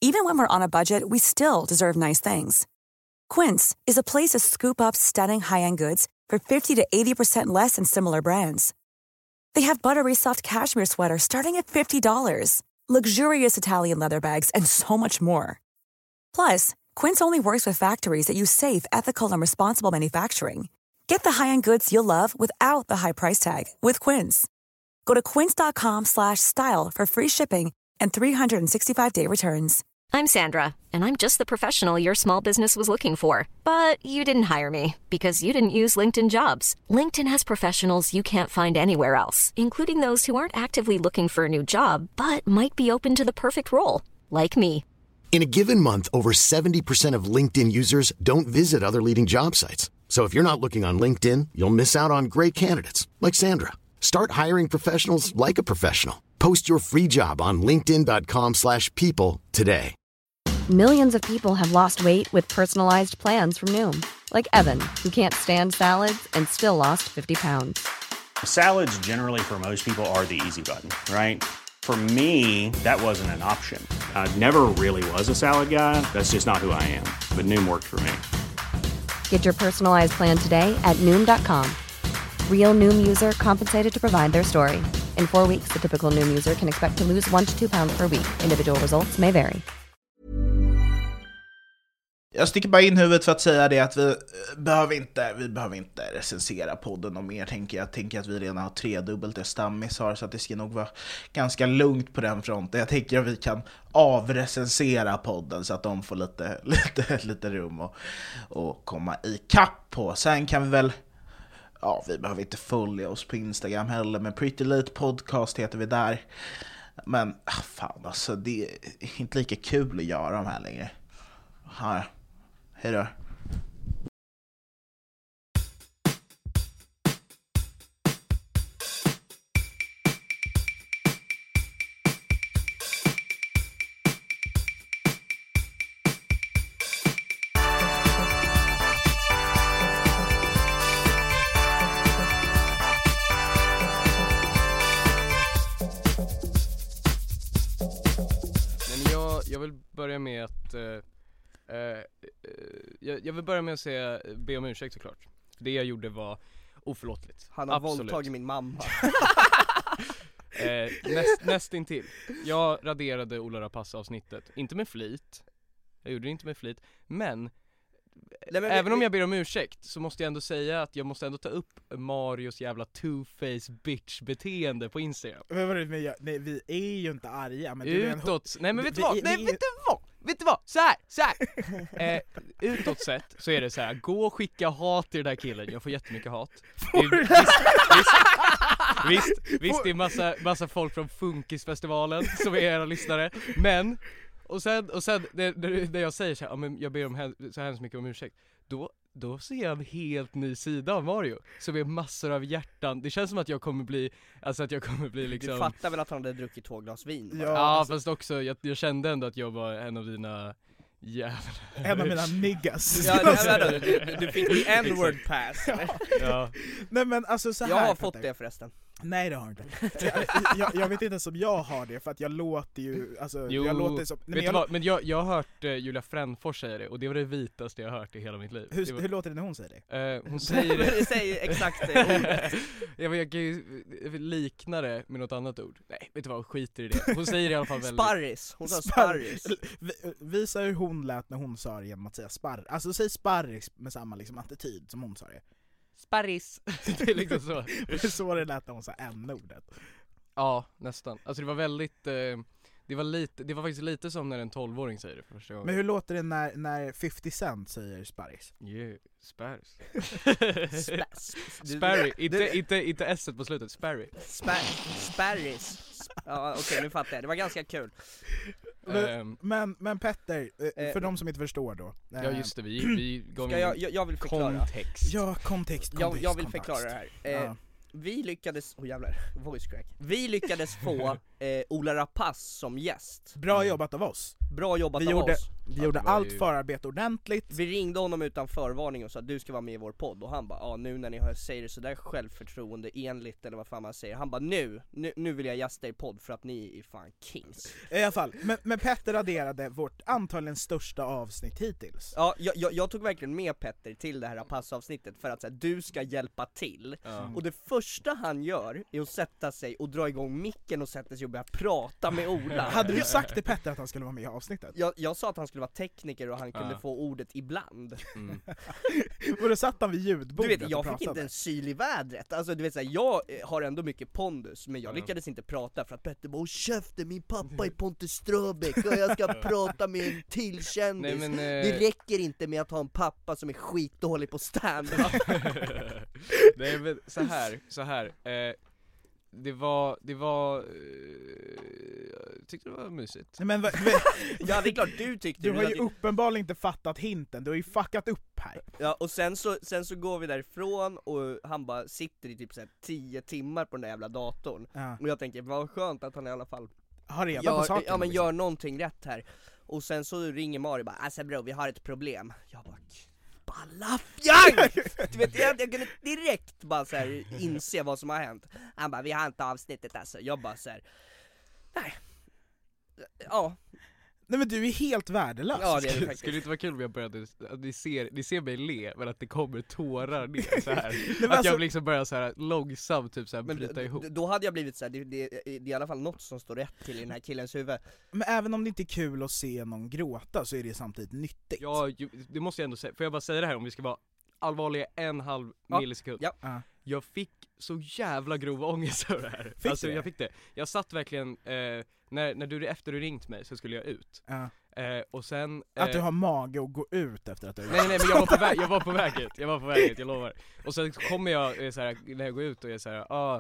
Even when we're on a budget, we still deserve nice things. Quince is a place to scoop up stunning high-end goods for 50 to 80% less than similar brands. They have buttery soft cashmere sweaters starting at $50, luxurious Italian leather bags, and so much more. Plus, Quince only works with factories that use safe, ethical, and responsible manufacturing. Get the high-end goods you'll love without the high price tag with Quince. Go to quince.com/style for free shipping and 365-day returns. I'm Sandra, and I'm just the professional your small business was looking for. But you didn't hire me because you didn't use LinkedIn Jobs. LinkedIn has professionals you can't find anywhere else, including those who aren't actively looking for a new job, but might be open to the perfect role, like me. In a given month, over 70% of LinkedIn users don't visit other leading job sites. So if you're not looking on LinkedIn, you'll miss out on great candidates like Sandra. Start hiring professionals like a professional. Post your free job on linkedin.com/people today. Millions of people have lost weight with personalized plans from Noom. Like Evan, who can't stand salads and still lost 50 pounds. Salads generally for most people are the easy button, right? For me, that wasn't an option. I never really was a salad guy. That's just not who I am. But Noom worked for me. Get your personalized plan today at Noom.com. Real Noom user compensated to provide their story. In 4 weeks, the typical Noom user can expect to lose 1 to 2 pounds per week. Individual results may vary. Jag sticker bara in huvudet för att säga det att vi behöver inte recensera podden och mer, tänker jag. Tänker att vi redan har 3-dubbelt det Stammis har, så att det ska nog vara ganska lugnt på den fronten. Jag tänker att vi kan avrecensera podden så att de får lite rum och komma i kapp på. Sen kan vi väl, ja, vi behöver inte följa oss på Instagram heller, men Pretty Late Podcast heter vi där. Men fan alltså, det är inte lika kul att göra de här längre. Ja, hej då. Jag vill börja med att jag vill börja med att be om ursäkt såklart. Det jag gjorde var oförlåtligt. Han har våldtagit min mamma. Nästintill. Jag raderade Ola Rapace-avsnittet. Inte med flit. Jag gjorde det inte med flit. Men även om jag ber om ursäkt så måste jag ändå säga att jag måste ändå ta upp Marios jävla two-face bitch-beteende på Instagram. Nej, vi är ju inte arga, men utåt. Nej, men vet du vad? Så här. Utåt sett så är det så här: gå och skicka hat till den där killen. Jag får jättemycket hat. Visst, det är massa folk från Funkisfestivalen som är era lyssnare. Men och sen när jag säger så här, ja, men jag ber om så hemskt mycket om ursäkt, då ser jag en helt ny sida av Mario som är massor av hjärtan. Det känns som att jag kommer bli liksom... Du fattar väl att han hade druckit 2 glas vin? Ja, fast också jag kände ändå att jag var en av dina en av mina niggas. Du fick en n-word pass. Ja. Nej, men alltså så här, jag har fått det förresten. Nej, det har inte. Jag vet inte som jag har det, för att jag låter ju alltså, jo, jag låter som, men jag har hört Julia Frändfors säga det, och det var det vitaste jag har hört i hela mitt liv. Hur låter det när hon säger det? Hon säger det. Det säger exakt det. Jag kan ju likna det med något annat ord. Nej, vet du vad, skiter i det. Hon säger i alla fall väldigt... Sparris. Hon sa sparris. Visa hur hon lät när hon sa det genom att säga sparris. Alltså säg sparris med samma liksom attityd som hon sa det. Sparris. Det är liksom så. Så det lät när hon sa n-ordet. Ja, nästan. Alltså det var väldigt det var faktiskt lite som när en 12-åring säger det för första gången. Men hur låter det när 50 Cent säger sparris? Yeah, sparris. Sparris. Inte s-et på slutet, sparris. Sparris. Ja, okej, nu fattar jag. Det var ganska kul. Men Petter, för de som inte förstår då. Ja, just det, vi gav jag vill förklara. Kontext. Ja, kontext. Jag vill förklara det här. Vi lyckades, jävlar, voice crack. Vi lyckades få Ola Rapace som gäst. Bra jobbat av oss. Bra jobbat av oss. Vi gjorde allt förarbete ordentligt. Vi ringde honom utan förvarning och sa att du ska vara med i vår podd. Och han bara, nu när ni säger det sådär självförtroende enligt eller vad fan man säger. Han bara, nu vill jag gästa er podd för att ni är fan kings. I alla fall, men Petter raderade vårt antagligen största avsnitt hittills. Ja, jag tog verkligen med Petter till det här Rapace-avsnittet för att så här, du ska hjälpa till. Och det första han gör är att sätta sig och dra igång micken och sätta sig och börja prata med Ola. Hade du sagt till Petter att han skulle vara med i avsnittet? Jag sa att han skulle vara tekniker och han kunde få ordet ibland. Och då satt han vid ljudbordet. Du vet, jag fick inte en syl i vädret. Alltså du vet såhär, jag har ändå mycket pondus, men jag lyckades inte prata för att Petter bara, käften, min pappa är Pontus Ströbeck och jag ska prata med en till kändis. Nej, men, det räcker inte med att ha en pappa som är skitdålig på stand-up. Nej men så här. Det var jag tyckte det var mysigt. Men ja, det är klart du tyckte. Du har ju uppenbarligen inte fattat hinten. Du har ju fuckat upp här. Ja, och sen så går vi därifrån och han bara sitter i typ så här 10 timmar på den där jävla datorn. Ja. Och jag tänker, vad skönt att han i alla fall har reda på saken. Ja, men gör någonting rätt här. Och sen så ringer Mario bara, alltså bro, vi har ett problem. Jag bara, Ballafjang! Du vet, jag kunde direkt bara så här inse vad som har hänt. Han bara, vi har inte avsnittet alltså. Jag bara så här, nej. Ja. Nej men du är helt värdelös. Ja, det är det faktiskt. Skulle det inte vara kul om jag började, ni ser mig le, men att det kommer tårar ner så här. Nej, att jag liksom börjar så här långsamt typ så här bryta ihop. Då hade jag blivit så här, det är i alla fall något som står rätt till i den här killens huvud. Men även om det inte är kul att se någon gråta så är det samtidigt nyttigt. Ja, det måste jag ändå säga. Får jag bara säga det här om vi ska vara allvarliga 1,5 millisekund. Ja. Jag fick så jävla grov ångest över det här. Alltså jag fick det. Jag satt verkligen efter du ringt mig så skulle jag ut. Och sen att du har mage att gå ut efter att du nej men jag var på väg ut, jag lovar. Och sen kommer jag så här, när jag går ut och är så här,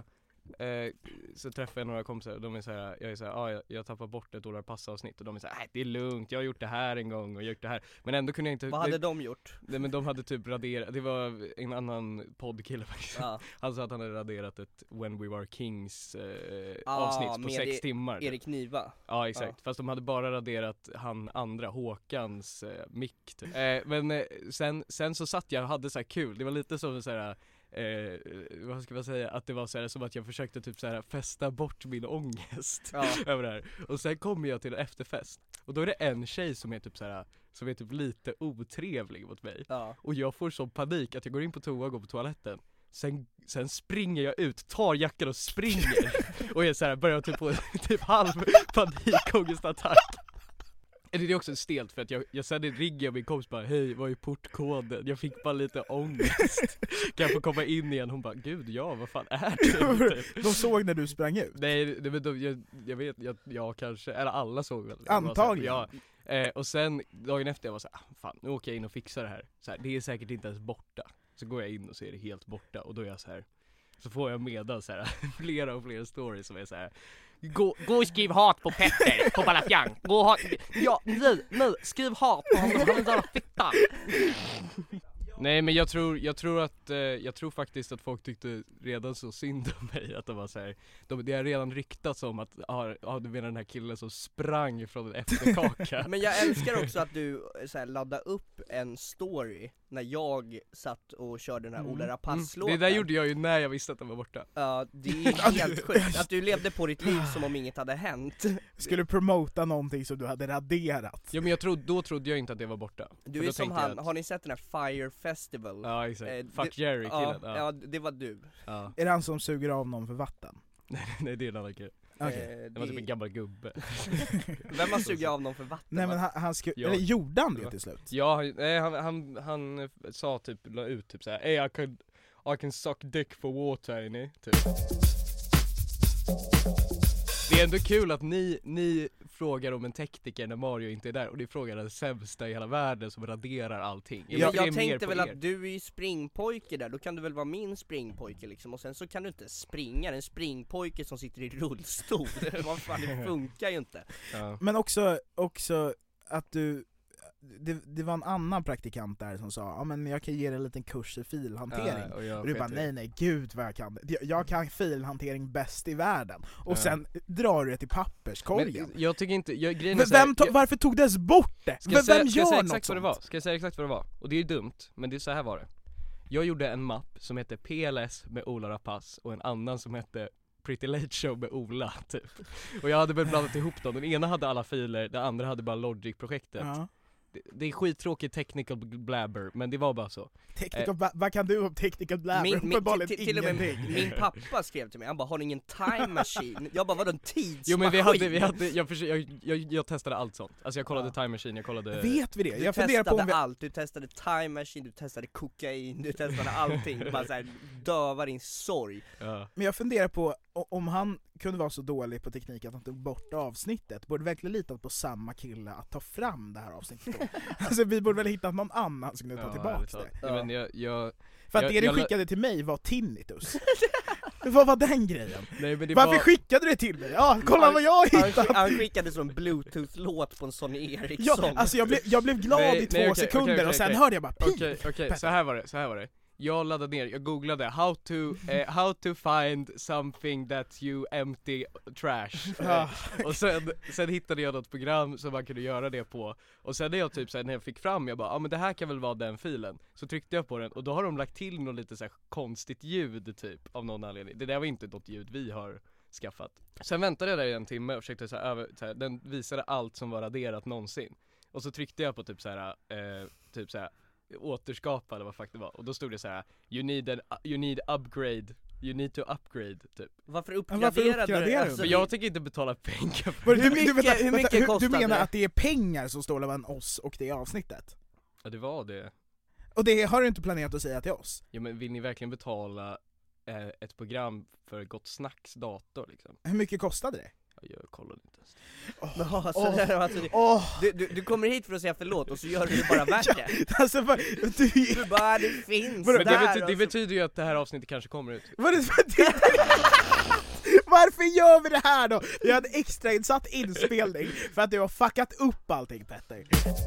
så träffar jag några kompisar och de är så här, jag är så här, jag tappar bort ett Ola Rapace-avsnitt och de är så här, nej det är lugnt, jag har gjort det här en gång och gjort det här. Men ändå kunde jag inte. Vad hade de gjort? Nej men de hade typ raderat, det var en annan poddkille faktiskt. Han sa att han hade raderat ett When We Were Kings avsnitt på 6 timmar. Erik Niva. Ja exakt, fast de hade bara raderat han andra, Håkans mick typ. Men sen så satt jag och hade så här kul, det var lite som så här. Vad ska man säga, att det var så här, som att jag försökte typ så här fästa bort min ångest över det här. Och sen kommer jag till en efterfest och då är det en tjej som är typ så här, som är typ lite otrevlig mot mig. Och jag får så panik att jag går in på toa och går på toaletten. Sen springer jag ut, tar jackan och springer och är så här, börjar typ på typ halv panikångestattack. Det är också stelt för att jag sen ringer min kompis bara, hej, vad är portkoden? Jag fick bara lite ångest. Kan jag få komma in igen? Hon bara, gud ja, vad fan är det? De såg när du sprang ut? Nej, men jag vet, jag kanske, eller alla såg väl. Antagligen. Ja. Och sen dagen efter jag var så här, fan, nu åker jag in och fixar det här. Så här, det är säkert inte ens borta. Så går jag in och så är det helt borta och då är jag så här. Så får jag medan så här flera och fler stories som är så här. Gå och skriv hat på Petter på Ballafjang. Nu skriv hat på honom, han är där fitta. Nej men jag tror faktiskt att folk tyckte redan så synd om mig, att de var så här, det har redan ryktats om att du menar den här killen som sprang från en efterkaka. Men jag älskar också att du så här, laddade upp en story när jag satt och körde den här Ola Rapace-låten. Det där gjorde jag ju när jag visste att den var borta. Ja, det är helt sjukt att du levde på ditt liv som om inget hade hänt. Skulle promota någonting som du hade raderat. Ja men då trodde jag inte att det var borta. Du är som han, har ni sett den här Fire Festival? Ja exakt, Fuck Jerry-killen. Ja, det var du. Ja. Är det han som suger av någon för vatten? Nej, det är en annan kille. Okay. Det var typ en gammal gubbe. Vem har sugit av någon för vatten? Nej men eller gjorde han det till slut? Ja, han sa typ, la ut typ såhär, hey I can suck dick for water, ni typ. Det är ändå kul att ni frågar om en tekniker när Mario inte är där, och ni frågar den sämsta i hela världen som raderar allting. Jag tänkte väl att du är ju springpojke där, då kan du väl vara min springpojke liksom, och sen så kan du inte springa, en springpojke som sitter i rullstol. Vad fan, det funkar ju inte. Ja. Men också att det var en annan praktikant där som sa men jag kan ge dig en liten kurs i filhantering. Och du bara nej gud vad jag kan. Jag kan filhantering bäst i världen. Och sen drar du det till papperskorgen. Men jag tycker inte varför tog det bort det? Vem gör något sånt? Ska jag säga exakt vad det var? Och det är dumt, men det är så här var det. Jag gjorde en mapp som hette PLS med Ola Rapace och en annan som hette Pretty Late Show med Ola typ. Och jag hade väl blandat ihop dem. Den ena hade alla filer, den andra hade bara Logic-projektet. Det är skittråkigt technical blabber, men det var bara så. Vad kan du om technical blabber? Till och med min pappa skrev till mig, han bara, har ni ingen time machine? Jag bara, vadå en tidsmaskin? Jo men jag testade allt sånt. Alltså jag kollade time machine, jag kollade... Vet vi det? Jag testade på allt, du testade time machine, du testade kokain, du testade allting. Bara såhär, döva din sorg. Men jag funderar på, om han kunde vara så dålig på teknik att han tog bort avsnittet, borde verkligen lita på samma kille att ta fram det här avsnittet då. Alltså vi borde väl hitta någon annan som kunde ta tillbaka det. Men för att det du skickade till mig var tinnitus. Vad var den grejen? Nej, men varför skickade du det till mig? Ja, kolla vad jag hittade! Han skickade som en bluetooth-låt på en Sony Ericsson. Ja, alltså jag blev glad i 2 sekunder och sen hörde jag bara Okej, så här var det. Jag laddade ner, jag googlade how to find something that you empty trash. Och sen hittade jag något program som man kunde göra det på. Och sen när jag typ när jag fick fram, jag bara men det här kan väl vara den filen. Så tryckte jag på den och då har de lagt till något lite så här konstigt ljud typ av någon anledning. Det där var inte något ljud vi har skaffat. Sen väntade jag där i en timme och försökte så här, den visade allt som var raderat någonsin. Och så tryckte jag på typ så här återskapa eller vad fuck det var. Och då stod det så här: you need upgrade. You need to upgrade typ. Varför uppgraderade du? Alltså, för jag tänker inte betala pengar för hur mycket kostar det? Du menar att det är pengar som står mellan oss och det avsnittet? Ja, det var det. Och det har du inte planerat att säga till oss? Ja, men vill ni verkligen betala ett program för Gott Snacks dator liksom? Hur mycket kostade det? Jag kollade inte ens. Du kommer hit för att säga förlåt och så gör du det bara värre. Alltså, du bara, det finns men det betyder ju att det här avsnittet kanske kommer ut. Varför gör vi det här då? Vi hade extra insatt inspelning för att du har fuckat upp allting, Petter.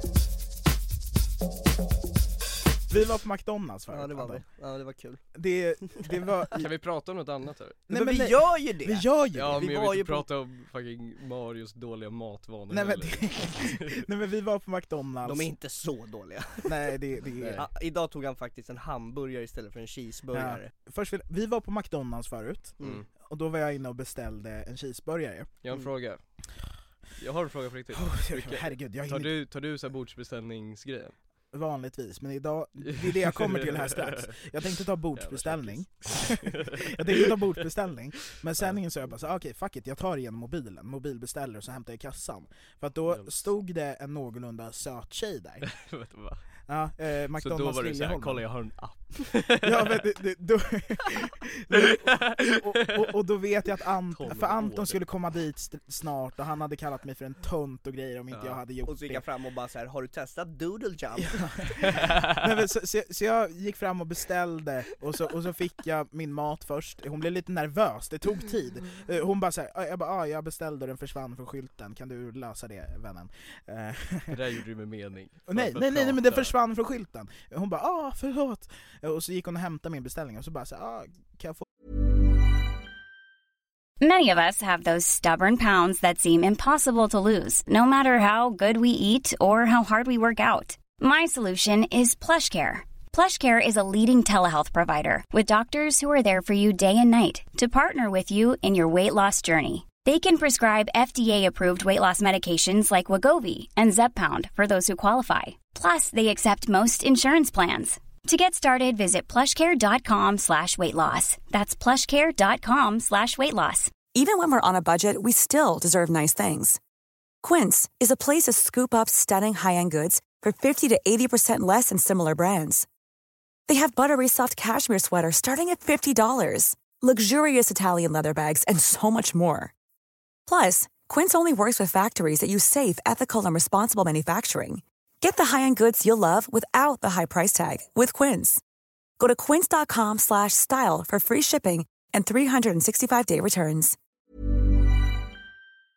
Vi var på McDonalds förut. Ja, det var kul. Det var... Kan vi prata om något annat här? Nej, men vi gör ju det. Ja, men jag vill inte prata om fucking Marios dåliga matvanor. Nej, men vi var på McDonalds. De är inte så dåliga. Nej, det är... Ja, idag tog han faktiskt en hamburgare istället för en cheeseburgare. Ja. Först, vi var på McDonalds förut. Och då var jag inne och beställde en cheeseburgare. Jag har en fråga. Jag har en fråga på riktigt. Herregud, tar du så här bordsbeställningsgrejen? Vanligtvis, men idag, det är det jag kommer till här strax. Jag tänkte ta bordsbeställning. Men sen insåg jag bara okej, fuck it, jag tar igen mobilbeställer och så hämtar jag kassan. För att då stod det en någorlunda söt tjej där. Vet du vad? Ja, McDonald's. Så då var det såhär, kolla jag har en app. Ja, men och då vet jag att Anton skulle komma dit snart och han hade kallat mig för en tönt och grejer om inte jag hade gjort det. Och så gick jag fram och bara så här: har du testat Doodle Jump? Nej, men så jag gick fram och beställde och så fick jag min mat först. Hon blev lite nervös, det tog tid. Hon bara så här, jag beställde och den försvann från skylten. Kan du lösa det, vännen? Det där gjorde du med mening. Nej, men det försvann från skylten. Hon bara, förlåt. Och så gick hon och hämtade min beställning och så bara kan jag få... Many of us have those stubborn pounds that seem impossible to lose, no matter how good we eat or how hard we work out. My solution is PlushCare. PlushCare is a leading telehealth provider with doctors who are there for you day and night to partner with you in your weight loss journey. They can prescribe FDA-approved weight loss medications like Wegovy and Zepbound for those who qualify. Plus, they accept most insurance plans. To get started, visit plushcare.com/weightloss. That's plushcare.com/weightloss. Even when we're on a budget, we still deserve nice things. Quince is a place to scoop up stunning high-end goods for 50 to 80% less than similar brands. They have buttery soft cashmere sweaters starting at $50, luxurious Italian leather bags, and so much more. Plus, Quince only works with factories that use safe, ethical, and responsible manufacturing. Get the high-end goods you'll love without the high price tag with Quince. Go to quince.com/style for free shipping and 365-day returns.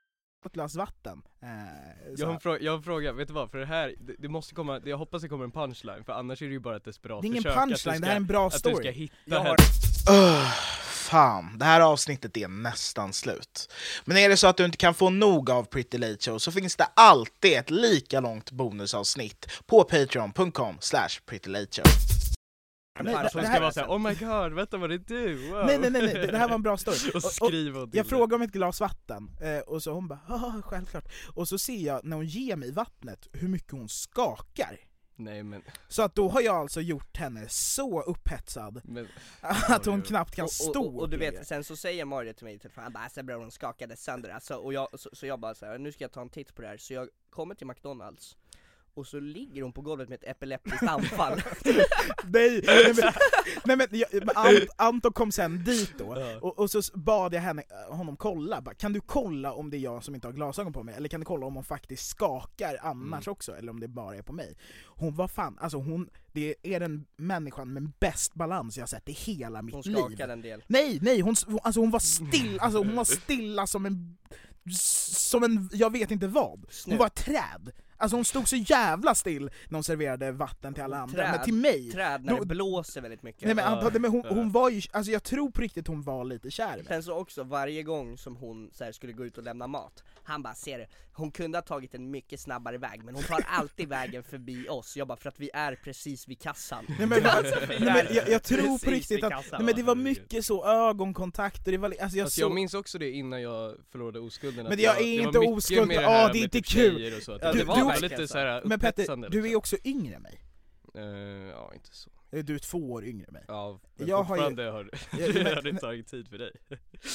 ett glas vatten. Jag har en fråga, vet du vad? För det här, det måste komma, jag hoppas det kommer en punchline, för annars är det ju bara ett desperat försök. Det är ingen punchline, det här är en bra story. Att du ska hitta Fan, det här avsnittet är nästan slut. Men är det så att du inte kan få nog av Pretty Late Show så finns det alltid ett lika långt bonusavsnitt på patreon.com/prettylateshow. Nej, som ska vara såhär, oh my god, vänta vad det är du, wow. Nej, det här var en bra story. och jag frågade om ett glas vatten, och så hon bara, självklart. Och så ser jag när hon ger mig vattnet hur mycket hon skakar. Nej, men... Så att då har jag alltså gjort henne så upphetsad att hon knappt kan stå. Och du vet, sen så säger Mario till mig, han bara, alltså bror, hon skakade sönder alltså. Och jag bara så här, nu ska jag ta en titt på det här. Så jag kommer till McDonalds och så ligger hon på golvet med ett epileptiskt anfall. Nej men Anton kom sen dit då, och så bad jag honom kolla, bara, kan du kolla om det är jag som inte har glasögon på mig, eller kan du kolla om hon faktiskt skakar annars också, eller om det bara är på mig. Hon var fan, alltså det är den människan med bäst balans jag har sett i hela mitt liv. Hon skakade en del. Nej, hon var still, alltså hon var stilla som en, jag vet inte vad. Hon var ett träd. Alltså hon stod så jävla still när hon serverade vatten till alla andra, men till mig träd när det blåser väldigt mycket. Nej, men hon var ju, alltså jag tror på riktigt hon var lite kär. Sen så också varje gång som hon så här, skulle gå ut och lämna mat, han bara, ser du, hon kunde ha tagit en mycket snabbare väg, men hon tar alltid vägen förbi oss. Jag bara, för att vi är precis vid kassan. Nej, men jag tror på riktigt att men det var mycket så ögonkontakt, och det var alltså jag minns också det innan jag förlorade oskulden. Men jag är inte oskuld, det är inte kul. Det var lite så här. Men Petter, du är också yngre än mig. Ja, inte så. Du är 2 år yngre än mig. Ja, men jag fortfarande har det tagit tid för dig.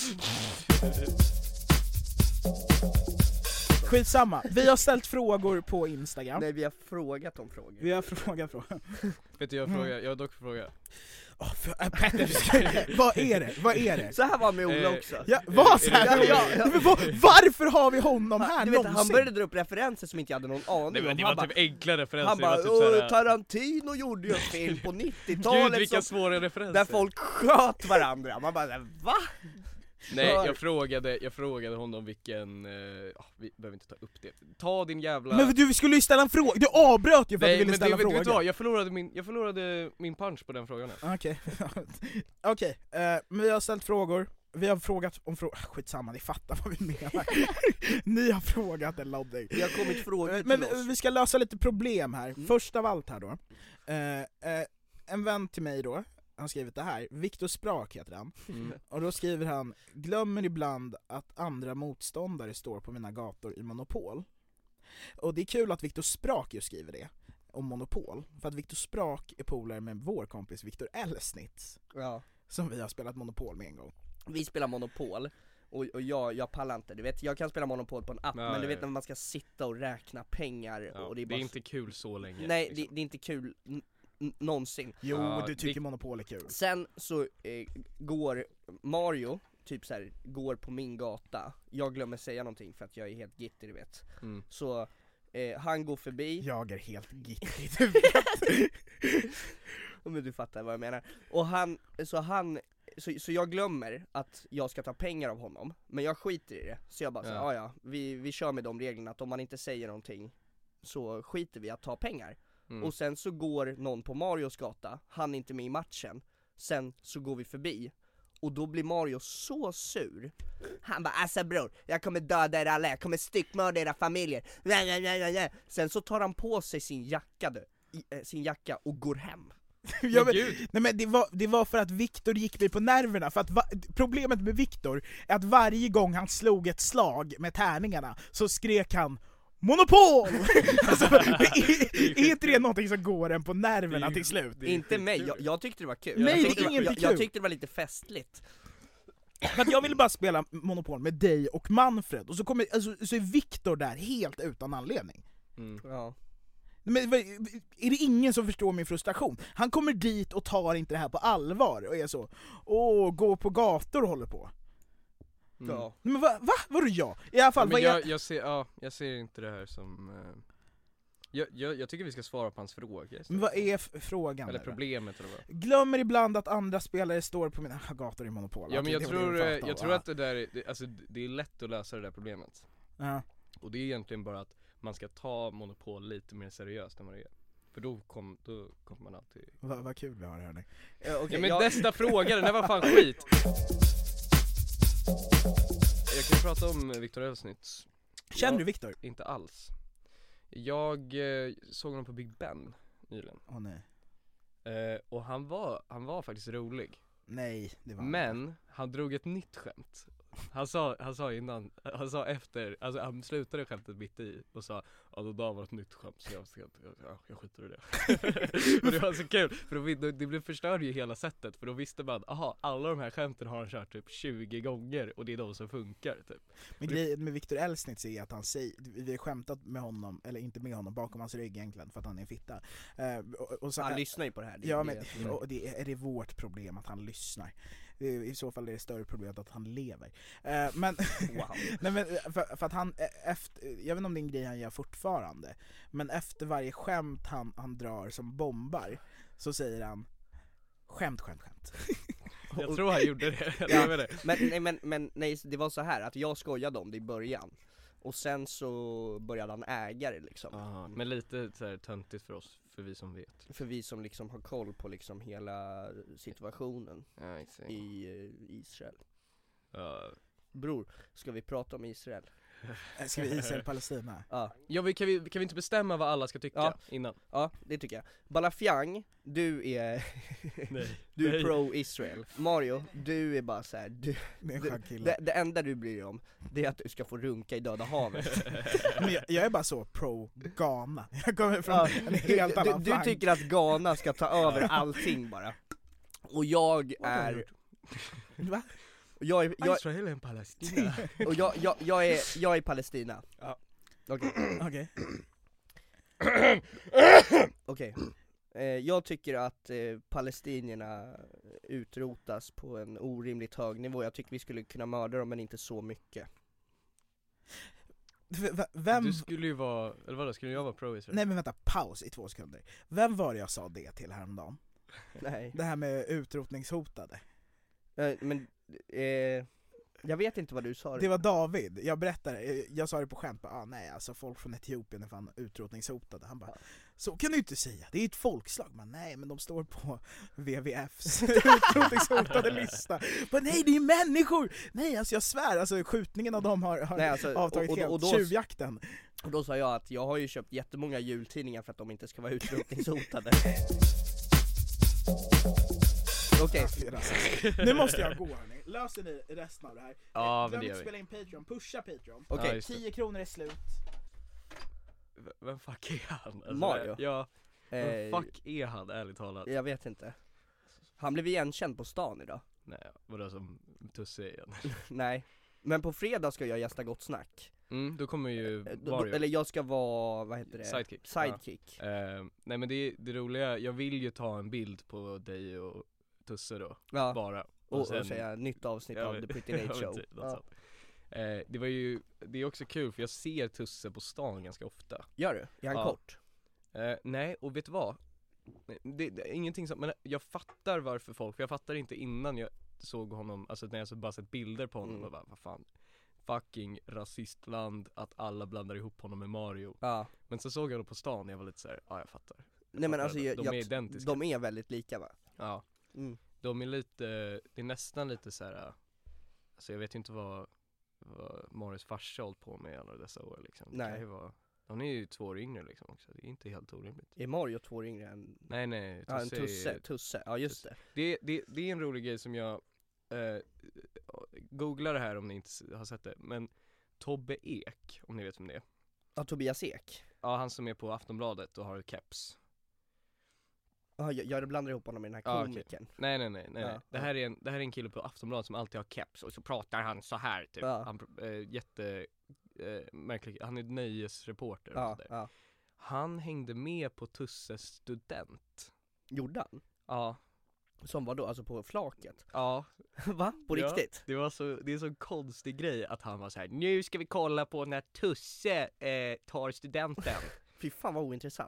Skitsamma, vi har ställt frågor på Instagram. Nej, vi har frågat om frågor. Vi har frågat frågor. Vet du, jag har dock frågat. Petter, vad är det? Så här var med Ola också. Ja, vad så här? Varför har vi honom här du vet, han började dra upp referenser som inte jag hade någon aning om. Nej, men det var typ enkla referenser. Han bara, typ såhär... Tarantino gjorde ju en film på 90-talet. Gud, vilka svåra referenser. Där folk sköt varandra. Man bara, va? Nej, jag frågade honom vilken, vi behöver inte ta upp det. Ta din jävla... Men du skulle ju ställa en fråga, du avbröt ju för att du ville ställa en fråga. Vet du vad, jag förlorade min punch på den frågan. Okej, men vi har ställt frågor. Vi har frågat om skitsamma, ni fattar vad vi menar. Ni har frågat en lodding. Vi har kommit frågor men vi ska lösa lite problem här. Först av allt här då, en vän till mig då, han skrivit det här, Viktor Sprak heter han. Och då skriver han, glömmer ibland att andra motståndare står på mina gator i Monopol. Och det är kul att Viktor Sprak ju skriver det om Monopol, för att Viktor Sprak är polare med vår kompis Viktor Elsnitz. Ja. Som vi har spelat Monopol med en gång. Vi spelar Monopol. Och jag pallar inte, du vet, jag kan spela Monopol på en app, men du vet när man ska sitta och räkna pengar, och det är bara inte kul så länge. Nej, liksom. det är inte kul någonsin. Jo, du tycker Monopol är kul. Sen så går Mario typ så här, går på min gata. Jag glömmer säga någonting för att jag är helt gittig, du vet. Så han går förbi. Jag är helt gittig, du vet. Men du fattar vad jag menar. Och så jag glömmer att jag ska ta pengar av honom, men jag skiter i det. Så jag bara så vi kör med de reglerna att om man inte säger någonting så skiter vi att ta pengar. Och sen så går någon på Marios gata, han är inte med i matchen. Sen så går vi förbi, och då blir Mario så sur. Han bara, alltså bror, jag kommer döda er alla, jag kommer styckmörda era familjer. Sen så tar han på sig sin jacka och går hem. Nej, men det var för att Viktor gick mig på nerverna. För att problemet med Viktor är att varje gång han slog ett slag med tärningarna så skrek han Monopol! Alltså, är inte det någonting som går en på nerverna till slut? Inte mig, jag tyckte det var kul. Nej, det är inget kul. Jag tyckte det var lite festligt. För att jag ville bara spela Monopol med dig och Manfred, och så är Viktor där helt utan anledning. Ja. Men är det ingen som förstår min frustration? Han kommer dit och tar inte det här på allvar och är så, gå på gator och håller på. Ja. Men va? Vadå jag? I alla fall, jag ser inte det här som... Jag tycker vi ska svara på hans fråga. Men vad är frågan? Eller problemet eller vad? Glömmer ibland att andra spelare står på mina gator i Monopol. Ja, men jag tror att det där, det är lätt att lösa det där problemet. Ja. Och det är egentligen bara att man ska ta Monopol lite mer seriöst än vad det är. För då kommer man alltid... Vad kul vi har, hörni. Okay, men nästa fråga, den här var fan skit. Jag kan prata om Viktor Elsnitz. Känner du Viktor? Inte alls. Jag såg honom på Big Ben nyligen. Nej. Och han var faktiskt rolig. Nej, det var men han drog ett nytt skämt. Han sa innan, efter, alltså han slutade skämtet mitt i och sa ja då var ett nytt skämt så jag skiter i det. Men det var så kul, för det blev förstörd ju hela sättet, för då visste man, alla de här skämten har han kört typ 20 gånger och det är de som funkar typ. Men grejen med Viktor Elsnitz är att han säger, vi har skämtat med honom, eller inte med honom, bakom hans rygg egentligen för att han är en fitta. Och så, han lyssnar ju på det här. Och det är vårt problem att han lyssnar. I så fall är det större problem att han lever. Men, wow. Nej, men för att han efter, jag vet inte om det är en grej han gör fortfarande, men efter varje skämt han drar som bombar så säger han skämt. Jag tror han gjorde det. Men det var så här att jag skojade om det i början. Och sen så började han äga det liksom. Men lite så här töntigt för oss, för vi som vet. För vi som liksom har koll på liksom hela situationen i Israel. Bror, ska vi prata om Israel? Ska vi Israel-Palestina? Ja, kan vi inte bestämma vad alla ska tycka innan? Ja, det tycker jag. Balafjang, du är du är pro-Israel. Mario, du är bara så här, det enda du bryr dig om, det är att du ska få runka i Döda havet. Men jag är bara så pro-Ghana. Jag kommer från en helt annan du tycker att Ghana ska ta över allting bara. Och jag är... Va? Israel är Palestina. Och jag är Palestina. Ja. Okej. Jag tycker att palestinierna utrotas på en orimligt hög nivå. Jag tycker vi skulle kunna mörda dem, men inte så mycket. Vem... Du skulle ju vara, eller vadå, skulle jag vara pro-Israel? Nej men vänta, paus i 2 sekunder. Vem var det jag sa det till häromdagen? Nej. Det här med utrotningshotade. Men jag vet inte vad du sa. Det var David, jag sa det på skämt. Nej, alltså folk från Etiopien är fan utrotningshotade. Han bara, så kan du inte säga, det är ett folkslag. Men nej, men de står på WWFs utrotningshotade lista. Men nej, det är människor. Nej, alltså jag svär, alltså skjutningen av dem har avtagit helt, tjuvjakten. Och då sa jag att jag har ju köpt jättemånga jultidningar för att de inte ska vara utrotningshotade. Okej. Nu måste jag gå, hörni. Löser ni resten av det här? Ja, men det gör vi. Spela in Patreon, pusha Patreon. Okej. 10 kronor är slut. Vem fuck är han? Alltså, Mario? Ja, vem fuck är han, ärligt talat? Jag vet inte. Han blev igenkänd på stan idag. Nej, vadå som Tusse igen? Nej, men på fredag ska jag gästa Gott Snack. Då kommer ju Mario. Eller jag ska vara, vad heter det? Sidekick. Nej men det roliga, jag vill ju ta en bild på dig och Tusse då, bara. Och säga nytt avsnitt av The Pretty Nate Show. Det är också kul för jag ser Tusse på stan ganska ofta. Gör du? Är han kort? Nej, och vet du vad? Det är ingenting som, men jag fattar varför folk, för jag fattar inte innan jag såg honom, alltså när jag så bara sett bilder på honom och bara, vad fan, fucking rasistland att alla blandar ihop honom med Mario. Men så såg jag honom på stan och jag var lite såhär, jag fattar. Nej men alltså, de är identiska. De är väldigt lika, va? Ja. De är lite, det är nästan lite så här. Alltså jag vet inte vad Marios farsa hållit på med alla dessa år liksom. Nej. Han är ju 2 år yngre liksom också, det är inte helt orimligt. Är Mario 2 år yngre än... Nej, Tusse, ja just det. Det är en rolig grej som jag googlar det här om ni inte har sett det. Men Tobbe Ek, om ni vet vem det är. Ja, Tobias Ek. Ja, han som är på Aftonbladet och har keps. Ja, jag blandar ihop honom med den här komikern. Okay. Nej. Det här är en kille på Aftonbladet som alltid har keps och så pratar han så här typ. Han märklig. Han är nöjesreporter. Han hängde med på Tusses student. Gjorde han? Ja. Som var då, alltså på flaket? Ja. Va? På riktigt? Det är en så konstig grej att han var så här: nu ska vi kolla på när Tusse tar studenten. Fy fan vad ointressant.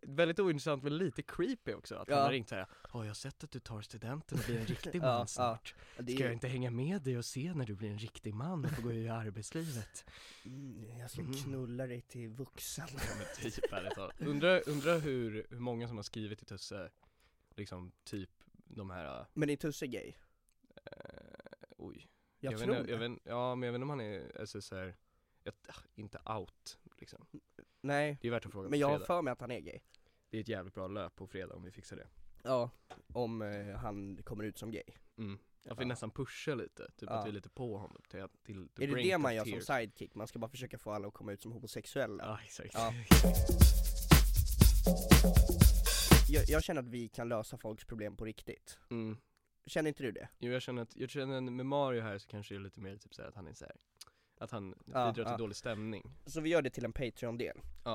väldigt ointressant men lite creepy också. Att han har ringt såhär, jag har sett att du tar studenten och blir en riktig man snart. Ska jag inte hänga med dig och se när du blir en riktig man och får gå i arbetslivet? Jag ska knulla dig till vuxen. Ja, men typ, undrar hur många som har skrivit till Tusse, liksom typ de här... Men är Tusse gay? Oj. Jag tror det. men jag vet inte om han är alltså, så här, inte out liksom. Nej, det är värt att fråga. Men jag har för mig att han är gay. Det är ett jävligt bra löp på fredag om vi fixar det. Ja, om han kommer ut som gay. Jag får nästan pusha lite, typ att vi är lite på honom till är det det man gör som sidekick? Man ska bara försöka få alla att komma ut som homosexuella. Ja, exakt. Ja. Jag känner att vi kan lösa folks problem på riktigt. Känner inte du det? Jo, jag känner med Mario här så kanske det är lite mer typ så här att han är så här, att han bidrar till dålig stämning. Så vi gör det till en Patreon-del. Ja.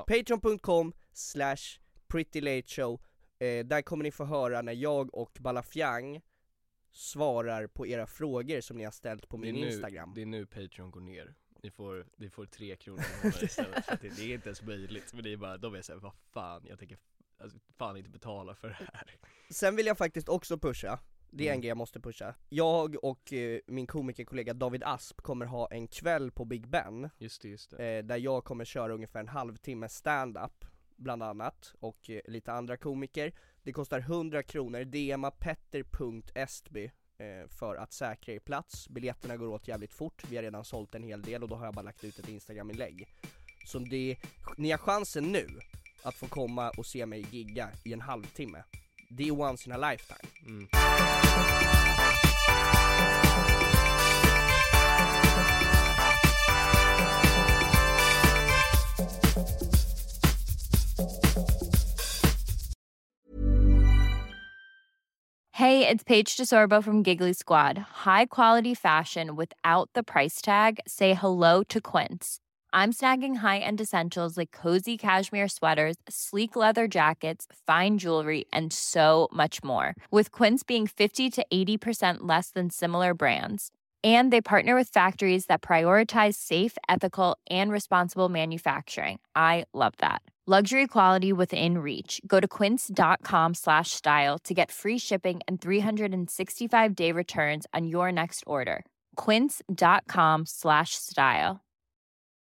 Patreon.com/prettylateshow. Där kommer ni få höra när jag och Balafjang svarar på era frågor som ni har ställt på min Instagram. Det är nu Patreon går ner. Ni får 3 kronor istället för att det är inte ens möjligt. Men det är bara, de är såhär, vad fan, jag tänker fan inte betala för det här. Sen vill jag faktiskt också pusha. Det är en grej jag måste pusha. Jag och min komikerkollega David Asp kommer ha en kväll på Big Ben. Just det. Där jag kommer köra ungefär en halvtimme stand-up bland annat, och lite andra komiker. Det kostar 100 kronor, DMa petter.estby för att säkra er plats. Biljetterna går åt jävligt fort, vi har redan sålt en hel del och då har jag bara lagt ut ett Instagram-inlägg. Så ni har chansen nu att få komma och se mig gigga i en halvtimme. Det är once in a lifetime. Hey, it's Paige DeSorbo from Giggly Squad. High quality fashion without the price tag. Say hello to Quince. I'm snagging high-end essentials like cozy cashmere sweaters, sleek leather jackets, fine jewelry, and so much more. With Quince being 50 to 80% less than similar brands. And they partner with factories that prioritize safe, ethical, and responsible manufacturing. I love that. Luxury quality within reach. Go to quince.com/style to get free shipping and 365-day returns on your next order. Quince.com/style.